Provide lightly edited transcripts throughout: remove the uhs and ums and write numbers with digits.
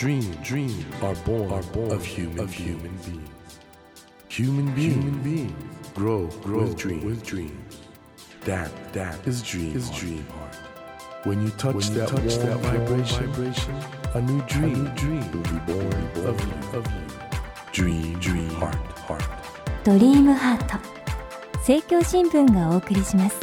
Dreams are born of human beings. Human beings grow with dreams. That is dream heart. When you touch that warm vibration, a new dream will be born of you. Dream heart. ドリームハート、政教新聞がお送りします。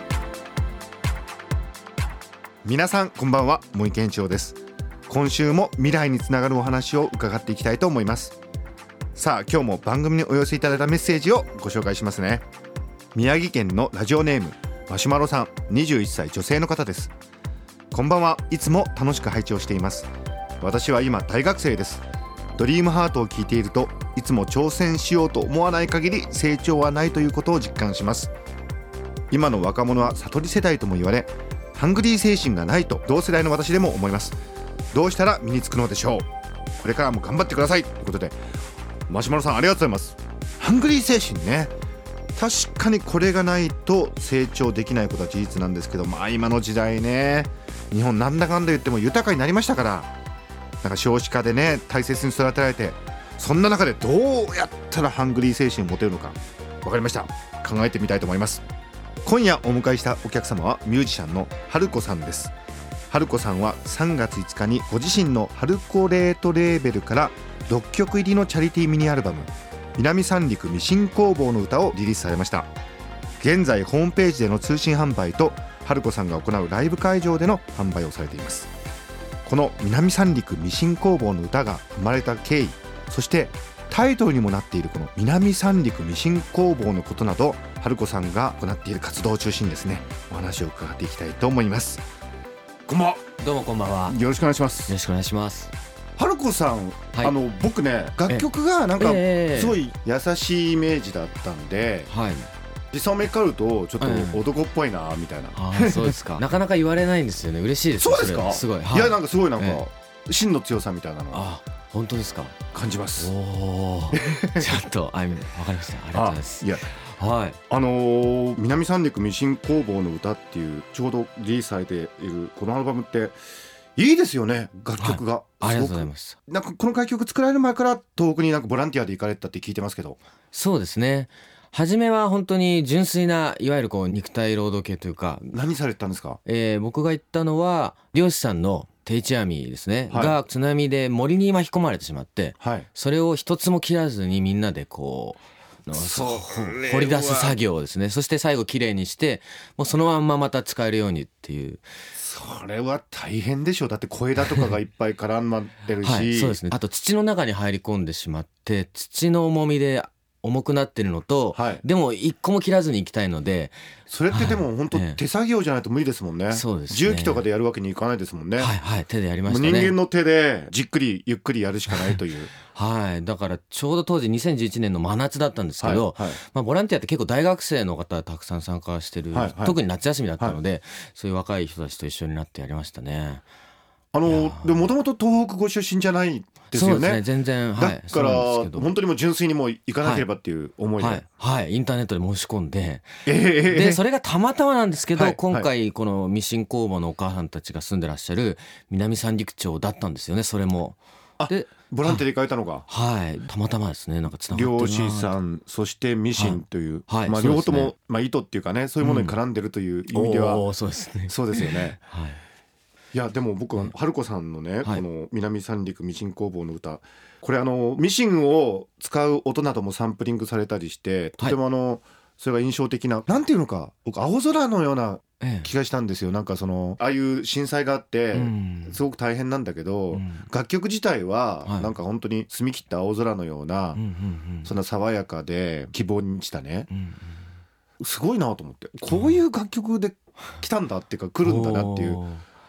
皆さんこんばんは、森健一郎です。今週も未来につながるお話を伺っていきたいと思います。さあ今日も番組にお寄せいただいたメッセージをご紹介しますね。宮城県のラジオネームマシュマロさん、21歳女性の方です。こんばんは。いつも楽しく拝聴しています。私は今大学生です。ドリームハートを聞いていると、いつも挑戦しようと思わない限り成長はないということを実感します。今の若者は悟り世代とも言われ、ハングリー精神がないと同世代の私でも思います。どうしたら身につくのでしょう。これからも頑張ってくださいということで、マシュマロさんありがとうございます。ハングリー精神ね、確かにこれがないと成長できないことは事実なんですけど、今の時代ね、日本なんだかんだ言っても豊かになりましたから、なんか少子化でね大切に育てられて、そんな中でどうやったらハングリー精神を持てるのか、分かりました。考えてみたいと思います。今夜お迎えしたお客様はミュージシャンの春子さんです。春子さんは3月5日にご自身の春子レートレーベルから6曲入りのチャリティーミニアルバム南三陸ミシン工房の歌をリリースされました。現在ホームページでの通信販売と春子さんが行うライブ会場での販売をされています。この南三陸ミシン工房の歌が生まれた経緯、そしてタイトルにもなっているこの南三陸ミシン工房のことなど、春子さんが行っている活動を中心にですね、お話を伺っていきたいと思います。こんばんは。 どうもこんばんは。 よろしくお願いします。 よろしくお願いします。 春子さん、 はい、 僕ね楽曲がなんかすごい優しいイメージだったんで、実際めかるとちょっと男っぽいなみたいな、 そうですか。なかなか言われないんですよね。嬉しいです。 そうですか。 すごい、 いやなんかすごいなんか、芯の強さみたいなの本当ですか。 感じます。 ちゃんとわかりました。ありがとうございます。 いや、南三陸ミシン工房の歌っていうちょうどリリースされているこのアルバムっていいですよね、楽曲が。 ありがとうございます。 なんかこの楽曲作られる前から東北になんかボランティアで行かれたって聞いてますけど。 そうですね。初めは本当に純粋ないわゆるこう肉体労働系というか。 何されてたんですか。 僕が行ったのは漁師さんの定置網ですね、が津波で森に巻き込まれてしまって、それを一つも切らずにみんなでこう掘り出す作業ですね。そして最後きれいにして、もうそのまんままた使えるようにっていう。 それは大変でしょう。だって小枝とかがいっぱい絡まってるし、 そうですね。あと土の中に入り込んでしまって、土の重みで重くなってるのと、でも一個も切らずに行きたいので、 それってでも本当手作業じゃないと無理ですもんね。 そうですね。 重機とかでやるわけにいかないですもんね。 手でやりましたね。 人間の手でじっくりゆっくりやるしかないというだからちょうど当時2011年の真夏だったんですけど、ボランティアって結構大学生の方たくさん参加してる、特に夏休みだったので、そういう若い人たちと一緒になってやりましたね。 でもともと東北ご出身じじゃないですよね。 そうですね、全然。 だから本当にもう純粋にもう行かなければっていう思いで、 インターネットで申し込んで、でそれがたまたまなんですけど、今回このミシン工房のお母さんたちが住んでらっしゃる南三陸町だったんですよね。それもでボランティアで行かれたのが、 たまたまですね。なんかつながってるな。 漁師さん、そしてミシンという、両方とも糸っていうかね、そういうものに絡んでるという意味では、 そうですね。 そうですよね。いやでも僕は春子さんのね、この南三陸ミシン工房の歌、これミシンを使う音などもサンプリングされたりして、とてもそれが印象的な、なんていうのか、僕青空のような気がしたんですよ。なんかああいう震災があってすごく大変なんだけど、楽曲自体はなんか本当に澄み切った青空のような、そんな爽やかで希望に満ちたね、すごいなと思って、こういう楽曲で来たんだっていうか、来るんだなっていう。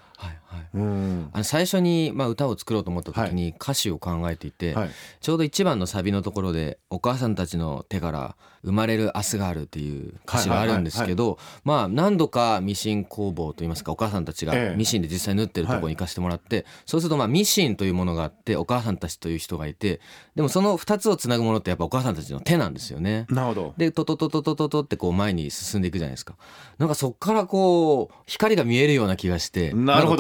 最初に歌を作ろうと思った時に歌詞を考えていて、ちょうど1番のサビのところでお母さんたちの手から生まれる明日があるっていう歌詞があるんですけど、何度かミシン工房といいますか、お母さんたちがミシンで実際縫ってるところに行かせてもらって、そうするとミシンというものがあって、お母さんたちという人がいて、でもその2つをつなぐものってやっぱお母さんたちの手なんですよね。 なるほど。 でトトトトトトトってこう前に進んでいくじゃないですか。なんかそっからこう光が見えるような気がして、 なるほど。 この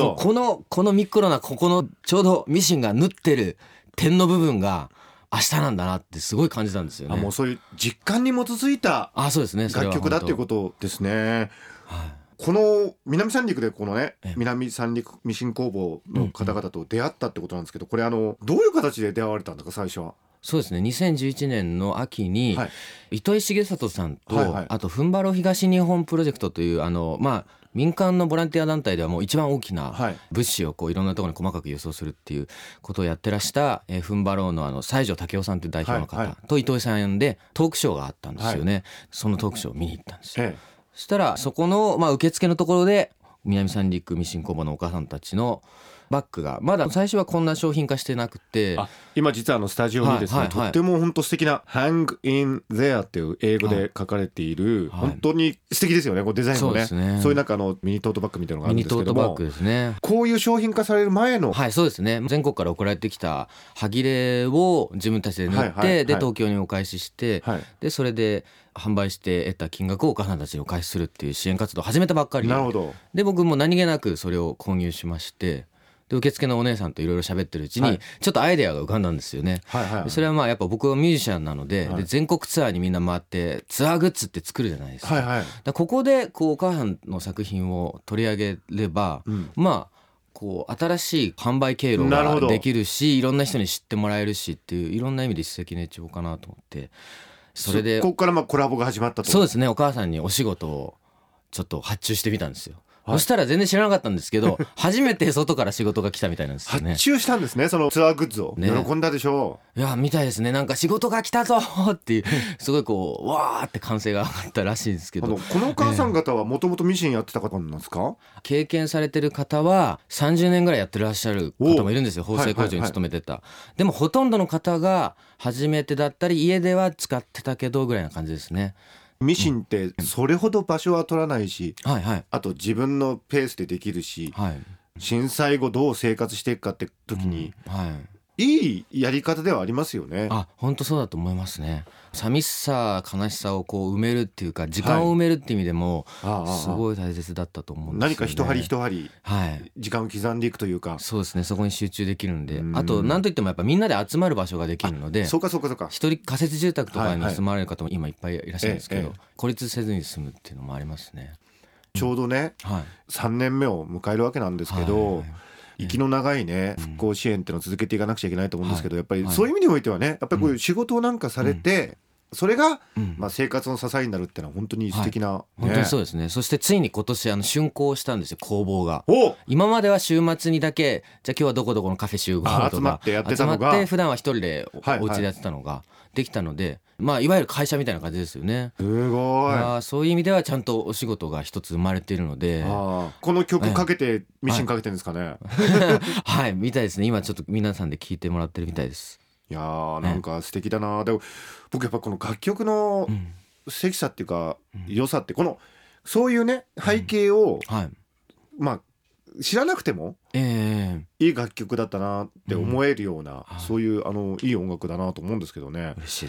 このミックロなここのちょうどミシンが縫ってる点の部分が明日なんだなってすごい感じたんですよね。 もうそういう実感に基づいたそうですね、 楽曲だっていうことですね。この南三陸でこのね南三陸ミシン工房の方々と出会ったってことなんですけど、これどういう形で出会われたんですか最初は。 そうですね、2011年の秋に、糸井重里さんと、あとふんばろう東日本プロジェクトという民間のボランティア団体ではもう一番大きな物資をこういろんなところに細かく輸送するっていうことをやってらしたふんばろうの西条武雄さんという代表の方と糸井さんでトークショーがあったんですよね。そのトークショーを見に行ったんですよ。そしたらそこの受付のところで南三陸ミシン工房のお母さんたちのバッグがまだ最初はこんな商品化してなくて、 今実はスタジオにですね、とっても本当素敵な Hang in there っていう英語で書かれている、本当に素敵ですよね、こうデザインもね。そういう中のミニトートバッグみたいなのがあるんですけども、 ミニトートバッグですね。 こういう商品化される前の、 そうですね、全国から送られてきた端切れを自分たちで縫って、で東京にお返しして、でそれで販売して得た金額をお母さんたちにお返しするっていう支援活動を始めたばっかりで、僕も何気なくそれを購入しまして、で受付のお姉さんといろいろ喋ってるうちにちょっとアイデアが浮かんだんですよね。それはやっぱ僕はミュージシャンなので、全国ツアーにみんな回ってツアーグッズって作るじゃないですか。だここでこうお母さんの作品を取り上げれば、こう新しい販売経路ができるし、いろんな人に知ってもらえるしっていう、いろんな意味で一石二鳥かなと思って、それでここからコラボが始まったと。 そうですね、お母さんにお仕事をちょっと発注してみたんですよ。そしたら全然知らなかったんですけど初めて外から仕事が来たみたいなんですよね。 発注したんですね、そのツアーグッズを。喜んだでしょう。いやみたいですね。なんか仕事が来たぞっていうすごいこうわーって歓声が上がったらしいんですけど、 このお母さん方はもともとミシンやってた方なんですか。 経験されてる方は30年ぐらいやってらっしゃる方もいるんですよ。縫製工場に勤めてた、でもほとんどの方が初めてだったり家では使ってたけどぐらいな感じですね。 ミシンってそれほど場所は取らないし、あと自分のペースでできるし、震災後どう生活していくかって時に、いいやり方ではありますよね。 本当そうだと思いますね。寂しさ悲しさをこう埋めるっていうか、時間を埋めるっていう意味でもすごい大切だったと思うんですよね。 何か一針一針時間を刻んでいくというか、 そうですね、そこに集中できるんで、あと何といってもやっぱみんなで集まる場所ができるので、 そうか一人仮設住宅とかに住まれる方も今いっぱいいらっしゃるんですけど、孤立せずに住むっていうのもありますね。 ちょうどね、3年目を迎えるわけなんですけど、息の長いね復興支援っていうのを続けていかなくちゃいけないと思うんですけど、やっぱりそういう意味においてはね、やっぱりこういう仕事をなんかされて、それが生活の支えになるっていうのは本当に素敵な、 本当にそうですね。そしてついに今年竣工したんですよ、工房が。今までは週末にだけじゃあ今日はどこどこのカフェ集合とか集まってやってたのが、 集まって普段は一人でお家でやってたのができたので、いわゆる会社みたいな感じですよね。 すごい。 そういう意味ではちゃんとお仕事が一つ生まれているので、 この曲かけてミシンかけてるんですかね。 みたいですね。今ちょっと皆さんで聴いてもらってるみたいです。 いやなんか素敵だな。でも僕やっぱこの楽曲の素敵さっていうか、良さってそういうね背景を知らなくてもいい楽曲だったなって思えるような、そういういい音楽だなと思うんですけどね。 嬉しいです。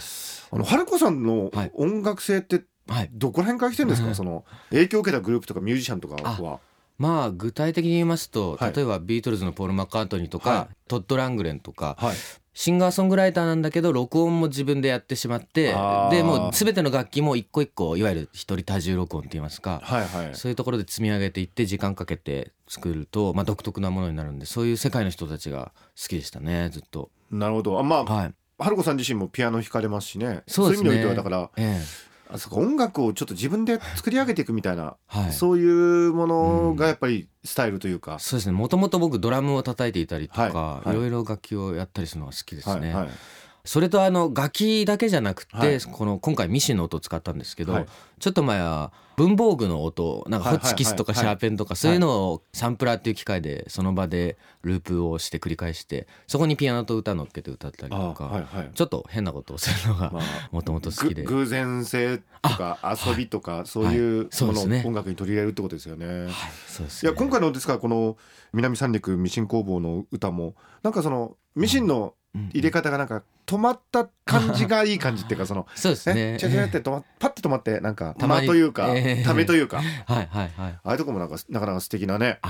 春子さんの音楽性ってどこら辺から来てるんですか。その影響を受けたグループとかミュージシャンとかは。 具体的に言いますと、例えばビートルズのポール・マッカートニーとか、トッド・ラングレンとか、シンガーソングライターなんだけど録音も自分でやってしまって、でもう全ての楽器も一個一個いわゆる一人多重録音って言いますか、そういうところで積み上げていって時間かけて作ると、独特なものになるんで、そういう世界の人たちが好きでしたね、ずっと。 なるほど。春子さん自身もピアノ弾かれますしね。そういう意味においてはだから、音楽をちょっと自分で作り上げていくみたいな、そういうものがやっぱりスタイルというか。 そうですね。もともと僕ドラムを叩いていたりとか、いろいろ楽器をやったりするのが好きですね。それと楽器だけじゃなくて、今回ミシンの音を使ったんですけど、ちょっと前は文房具の音、なんかホチキスとかシャーペンとかそういうのをサンプラーっていう機械でその場でループをして繰り返して、そこにピアノと歌乗っけて歌ったりとか、ちょっと変なことをするのがもともと好きで、 偶然性とか遊びとかそういうものを音楽に取り入れるってことですよね。いや今回のですからこの南三陸ミシン工房の歌もなんかそのミシンの入れ方がなんか止まった感じがいい感じっていうか、そうですね。 チャチャってパッと止まってなんか間というかためというか、ああいうとこもなかなか素敵なね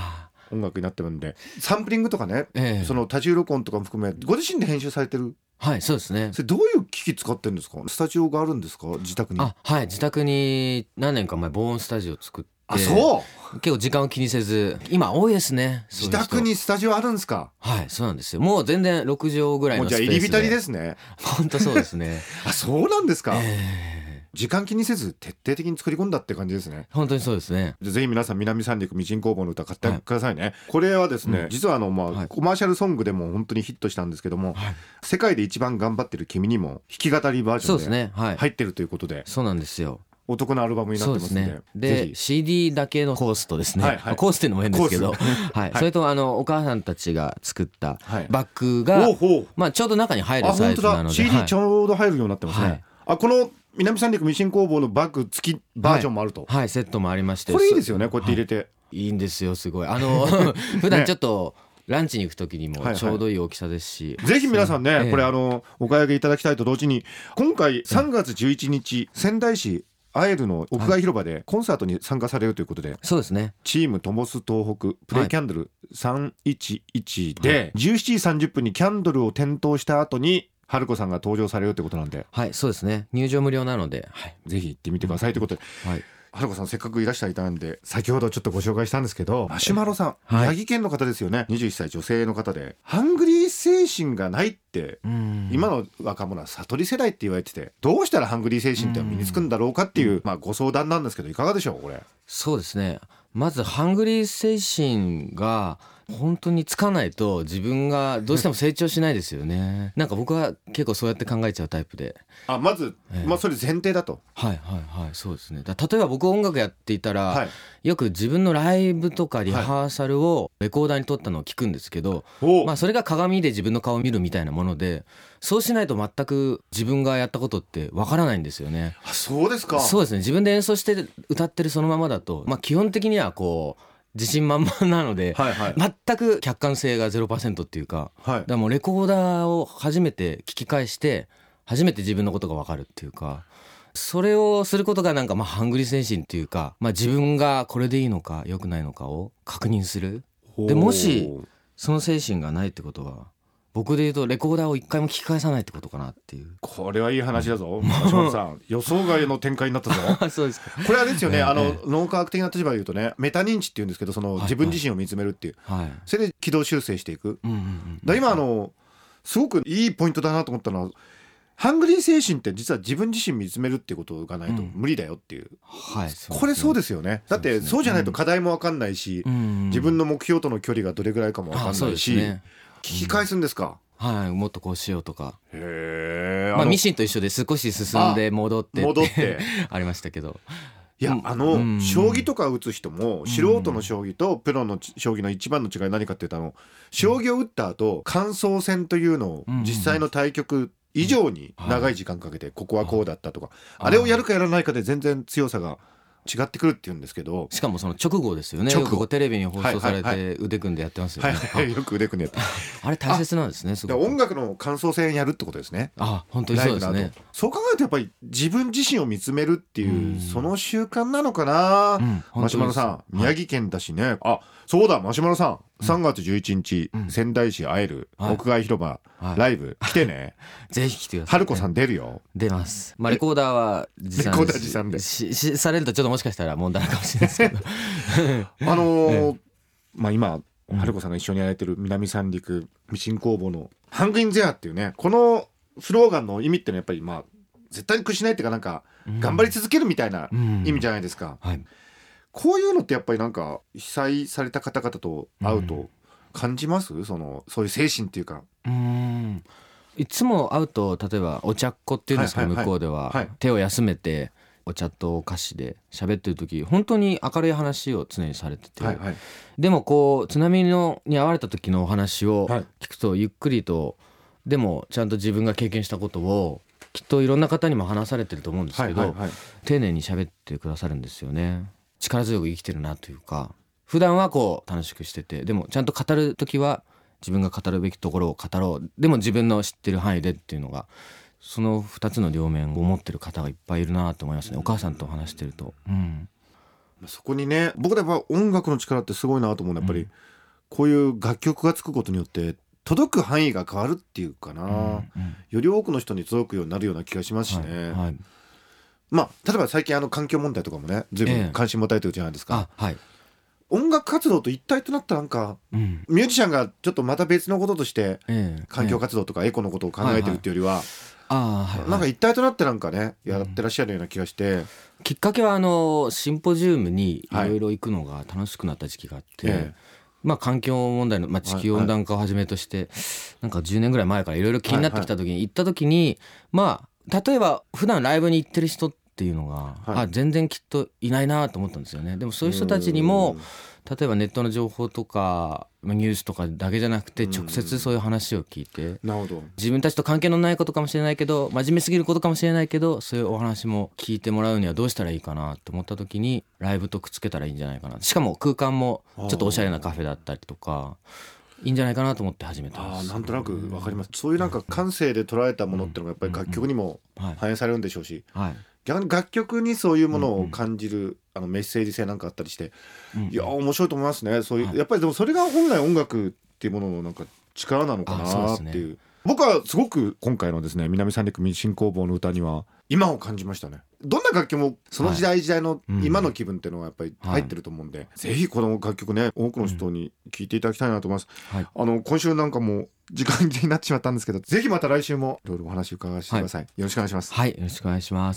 音楽になってるんで、サンプリングとかね、その多重録音とかも含めご自身で編集されてる。 はい、そうですね。 それどういう機器使ってるんですか？スタジオがあるんですか？自宅に。 はい、自宅に何年か前防音スタジオを作って、 そう結構時間を気にせず、今多いですね。 自宅にスタジオあるんですか？ はい、そうなんですよ。もう全然6畳ぐらいのスペースで。 もうじゃあ入り浸りですね。 本当そうですね。 そうなんですか。時間気にせず徹底的に作り込んだって感じですね。 本当にそうですね。 ぜひ皆さん南三陸ミシン工房の歌買ってくださいね。これはですね、実はコマーシャルソングでも本当にヒットしたんですけども、世界で一番頑張ってる君にも弾き語りバージョンで入ってるということで、 そうなんですよ。 お得なアルバムになってますので、 で CD だけのコースとですね、コースっていうのも変ですけど、それとお母さんたちが作ったバッグが、ちょうど中に入るサイズなので、 CD ちょうど入るようになってますね。この南三陸ミシン工房のバッグ付きバージョンもあると。 セットもありまして、 これいいですよね。こうやって入れて、 いいんですよ。すごい普段ちょっとランチに行く時にもちょうどいい大きさですし、 ぜひ皆さんね、これお買い上げいただきたいと同時に、今回3月11日仙台市アエルの屋外広場でコンサートに参加されるということで、 そうですね。 チームトモス東北プレイキャンドル311で17時30分にキャンドルを点灯した後に春子さんが登場されるということなんで、 そうですね。入場無料なので、 ぜひ行ってみてくださいということで、春子さんせっかくいらっしゃいたんで、先ほどちょっとご紹介したんですけど、マシュマロさん、宮城県の方ですよね。21歳女性の方で、ハングリー精神がないって今の若者は悟り世代って言われてて、どうしたらハングリー精神って身につくんだろうかっていう、ご相談なんですけど、いかがでしょうこれ。 そうですね。まずハングリー精神が本当につかないと自分がどうしても成長しないですよね。なんか僕は結構そうやって考えちゃうタイプで、 まず、それ前提だと。 そうですね。例えば僕音楽やっていたら、よく自分のライブとかリハーサルをレコーダーに撮ったのを聞くんですけど、それが鏡で自分の顔を見るみたいなもので、そうしないと全く自分がやったことってわからないんですよね。 そうですか。 そうですね。自分で演奏して歌ってるそのままだと、基本的には自信満々なので、全く客観性が 0% っていうか、だからもうレコーダーを初めて聞き返して初めて自分のことが分かるっていうか、それをすることがなんかハングリー精神っていうか、自分がこれでいいのか良くないのかを確認する。でもしその精神がないってことは、僕で言うとレコーダーを一回も聞き返さないってことかなっていう。 これはいい話だぞ、松本さん。予想外の展開になったぞ。 そうですか。 これはですよね、脳科学的な立場で言うとね、メタ認知っていうんですけど、その自分自身を見つめるっていう、それで軌道修正していく。だ今すごくいいポイントだなと思ったのは、ハングリー精神って実は自分自身見つめるっていうことがないと無理だよっていう、これそうですよね。だってそうじゃないと課題も分かんないし、自分の目標との距離がどれぐらいかも分かんないし、聞き返すんですか。 もっとこうしようとか。ミシンと一緒で少し進んで戻ってありましたけど、 いや将棋とか打つ人も素人の将棋とプロの将棋の一番の違い何かっていうと、将棋を打った後感想戦というのを実際の対局以上に長い時間かけて、ここはこうだったとか、あれをやるかやらないかで全然強さが違ってくるっていうんですけど、 しかもその直後ですよね。よくテレビに放送されて腕組んでやってますよね。 よく腕組んでやってあれ大切なんですね。すごく音楽の感想戦やるってことですね。 本当にそうですね。 そう考えるとやっぱり自分自身を見つめるっていうその習慣なのかな。マシュマロさん、宮城県だしね。そうだ、マシュマロさん、3月11日仙台市会える屋外広場ライブ来てね。 ぜひ来てください。 春子さん出るよ。 出ます。レコーダーは持参でされるとちょっともしかしたら問題かもしれないですけど今春子さんが一緒にやられてる南三陸ミシン工房のハングインゼアっていうね、このスローガンの意味ってのはやっぱり絶対に屈しないっていうか、なんか頑張り続けるみたいな意味じゃないですか。こういうのってやっぱりなんか被災された方々と会うと感じます？そういう精神っていうか。 いつも会うと、例えばお茶っ子っていうんですか、向こうでは手を休めてお茶とお菓子で喋ってる時、本当に明るい話を常にされてて、でも津波に遭われた時のお話を聞くと、ゆっくりと、でもちゃんと自分が経験したことをきっといろんな方にも話されてると思うんですけど、丁寧に喋ってくださるんですよね。力強く生きてるなというか、普段は楽しくしてて、でもちゃんと語る時は自分が語るべきところを語ろう、でも自分の知ってる範囲でっていうのが、その2つの両面を持ってる方がいっぱいいるなと思いますね。お母さんと話してると、 そこにね、僕らは音楽の力ってすごいなと思うのは、やっぱりこういう楽曲がつくことによって届く範囲が変わるっていうかな、より多くの人に届くようになるような気がしますしね、まあ例えば最近環境問題とかもね随分関心持たれてるじゃないですか、音楽活動と一体となったなんか、ミュージシャンがちょっとまた別のこととして環境活動とかエコのことを考えてるっていうよりは、なんか一体となってなんかねやってらっしゃるような気がして、 きっかけはシンポジウムにいろいろ行くのが楽しくなった時期があって、環境問題の、地球温暖化をはじめとして、なんか10年ぐらい前からいろいろ気になってきた時に行った時に、例えば普段ライブに行ってる人っていうのが、全然きっといないなと思ったんですよね。でもそういう人たちにも例えばネットの情報とかニュースとかだけじゃなくて直接そういう話を聞いて、自分たちと関係のないことかもしれないけど真面目すぎることかもしれないけどそういうお話も聞いてもらうにはどうしたらいいかなと思った時にライブとくっつけたらいいんじゃないかな、しかも空間もちょっとおしゃれなカフェだったりとかいいんじゃないかなと思って始めたんです。 なんとなく分かります。そういうなんか感性で捉えたものってのがやっぱり楽曲にも反映されるんでしょうし、逆に楽曲にそういうものを感じるメッセージ性なんかあったりして、いや面白いと思いますね。そういう、やっぱりでもそれが本来音楽っていうもののなんか力なのかなっていう、僕はすごく今回のですね南三陸民進工房の歌には今を感じましたね。どんな楽曲もその時代時代の今の気分っていうのがやっぱり入ってると思うんで、ぜひこの楽曲ね多くの人に聴いていただきたいなと思います、今週なんかもう時間になってしまったんですけど、ぜひまた来週もいろいろお話を伺わせてください、よろしくお願いします。 よろしくお願いします。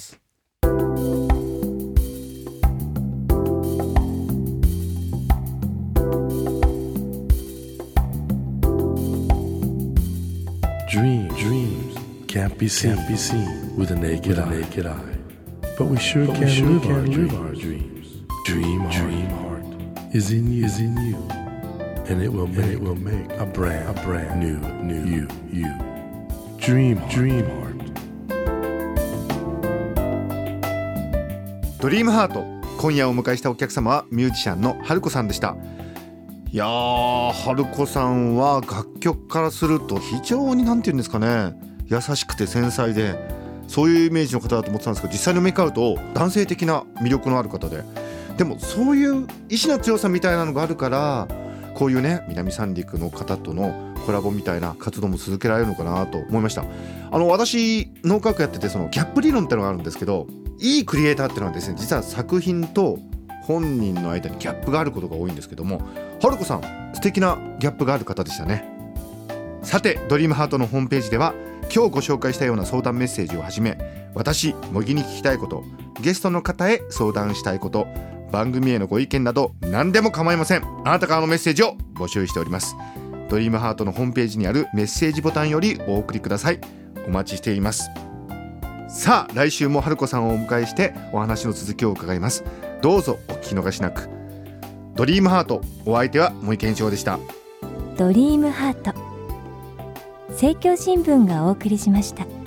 Dreams can't be seen with the naked eye. But we sure can live our dreams. Dream heart is in you, and it will make a brand new you. Dream heart. ドリームハート、今夜お迎えしたお客様はミュージシャンの春子さんでした。いやー、春子さんは楽曲からすると非常になんていうんですかね、優しくて繊細で、そういうイメージの方だと思ってたんですけど、実際に目にかかると男性的な魅力のある方で、でもそういう意志の強さみたいなのがあるから、こういうね南三陸の方とのコラボみたいな活動も続けられるのかなと思いました。私農学やっててそのギャップ理論ってのがあるんですけど、いいクリエイターっていうのはですね、実は作品と本人の間にギャップがあることが多いんですけども、春子さん素敵なギャップがある方でしたね。さてドリームハートのホームページでは今日ご紹介したような相談メッセージをはじめ、私茂木に聞きたいこと、ゲストの方へ相談したいこと、番組へのご意見など何でも構いません。あなたからのメッセージを募集しております。ドリームハートのホームページにあるメッセージボタンよりお送りください。お待ちしています。さあ来週も春子さんをお迎えしてお話の続きを伺います。どうぞお聞き逃しなく。ドリームハート、お相手は森健一郎でした。 ドリームハート、政教新聞がお送りしました。